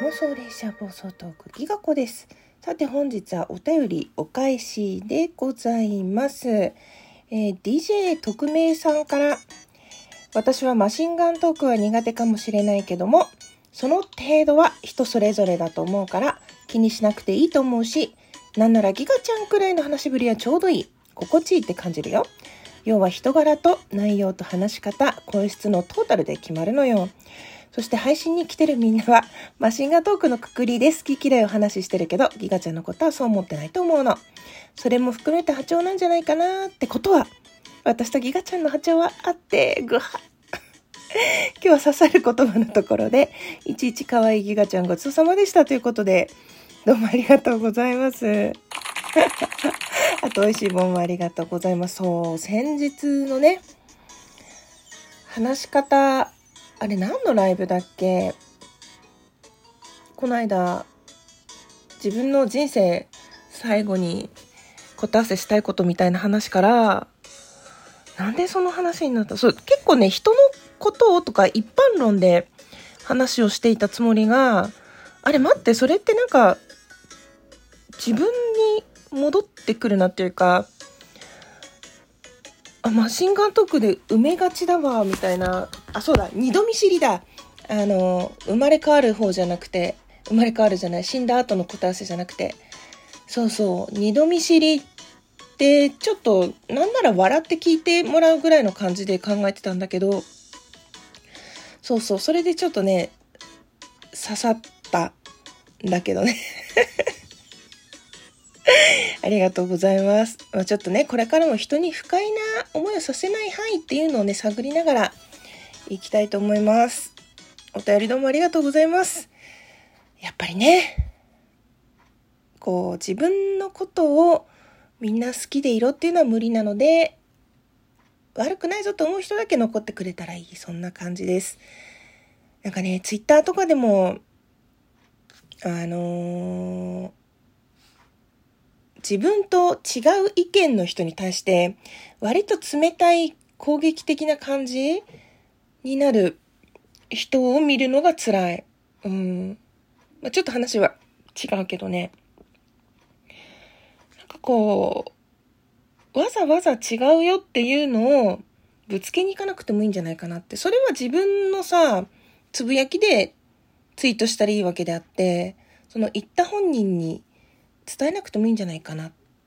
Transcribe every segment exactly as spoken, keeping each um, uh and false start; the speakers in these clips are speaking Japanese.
妄想列車暴走トークギガ子です。さて本日はお便りお返しでございます。えー、ディージェー 特命さんから、私はマシンガントークは苦手かもしれないけども、その程度は人それぞれだと思うから気にしなくていいと思うし、なんならギガちゃんくらいの話ぶりはちょうどいい、心地いいって感じるよ。要は人柄と内容と話し方、声質のトータルで決まるのよ。そして配信に来てるみんなはマシンガントークのくくりで好き嫌いを話してるけど、ギガちゃんのことはそう思ってないと思うの。それも含めて波長なんじゃないかなってことは、私とギガちゃんの波長はあって、ぐは今日は刺さる言葉のところで、いちいち可愛いギガちゃんごちそうさまでしたということで、どうもありがとうございます。あと美味しい棒もありがとうございます。そう、先日のね、話し方、あれ何のライブだっけ？この間、自分の人生最後に答え合わせしたいことみたいな話から、なんでその話になった？そう、結構ね、人のことをとか一般論で話をしていたつもりが、あれ待って、それってなんか自分に戻ってくるなっていうか、あ、マシンガントークで埋めがちだわみたいな。あ、そうだ、二度見知りだ。あの生まれ変わる方じゃなくて、生まれ変わるじゃない、死んだ後の答え合わせじゃなくて、そうそう、二度見知りってちょっとなんなら笑って聞いてもらうぐらいの感じで考えてたんだけど、そうそう、それでちょっとね刺さったんだけどねありがとうございます。まあ、ちょっとね、これからも人に不快な思いをさせない範囲っていうのをね、探りながらいきたいと思います。お便りどうもありがとうございます。やっぱりね、こう自分のことをみんな好きでいろっていうのは無理なので、悪くないぞと思う人だけ残ってくれたらいい、そんな感じです。なんかね、ツイッターとかでもあのー自分と違う意見の人に対して割と冷たい攻撃的な感じになる人を見るのが辛い。うん。まあ、ちょっと話は違うけどね。なんかこう、わざわざ違うよっていうのをぶつけに行かなくてもいいんじゃないかなって。それは自分のさ、つぶやきでツイートしたらいいわけであって、その言った本人に伝えなくてもいいんじゃないかな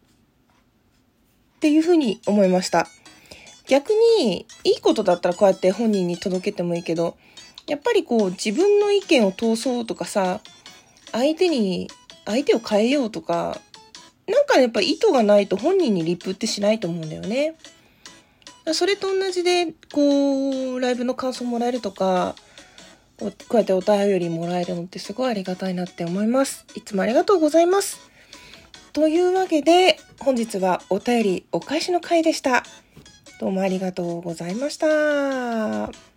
っていうふうに思いました。逆にいいことだったらこうやって本人に届けてもいいけど、やっぱりこう自分の意見を通そうとかさ、相手に相手を変えようとか、なんかやっぱ意図がないと本人にリップってしないと思うんだよね。それと同じで、こうライブの感想もらえるとか、こうやってお便りもらえるのってすごいありがたいなって思います。いつもありがとうございます。というわけで本日はお便りお返しの回でした。どうもありがとうございました。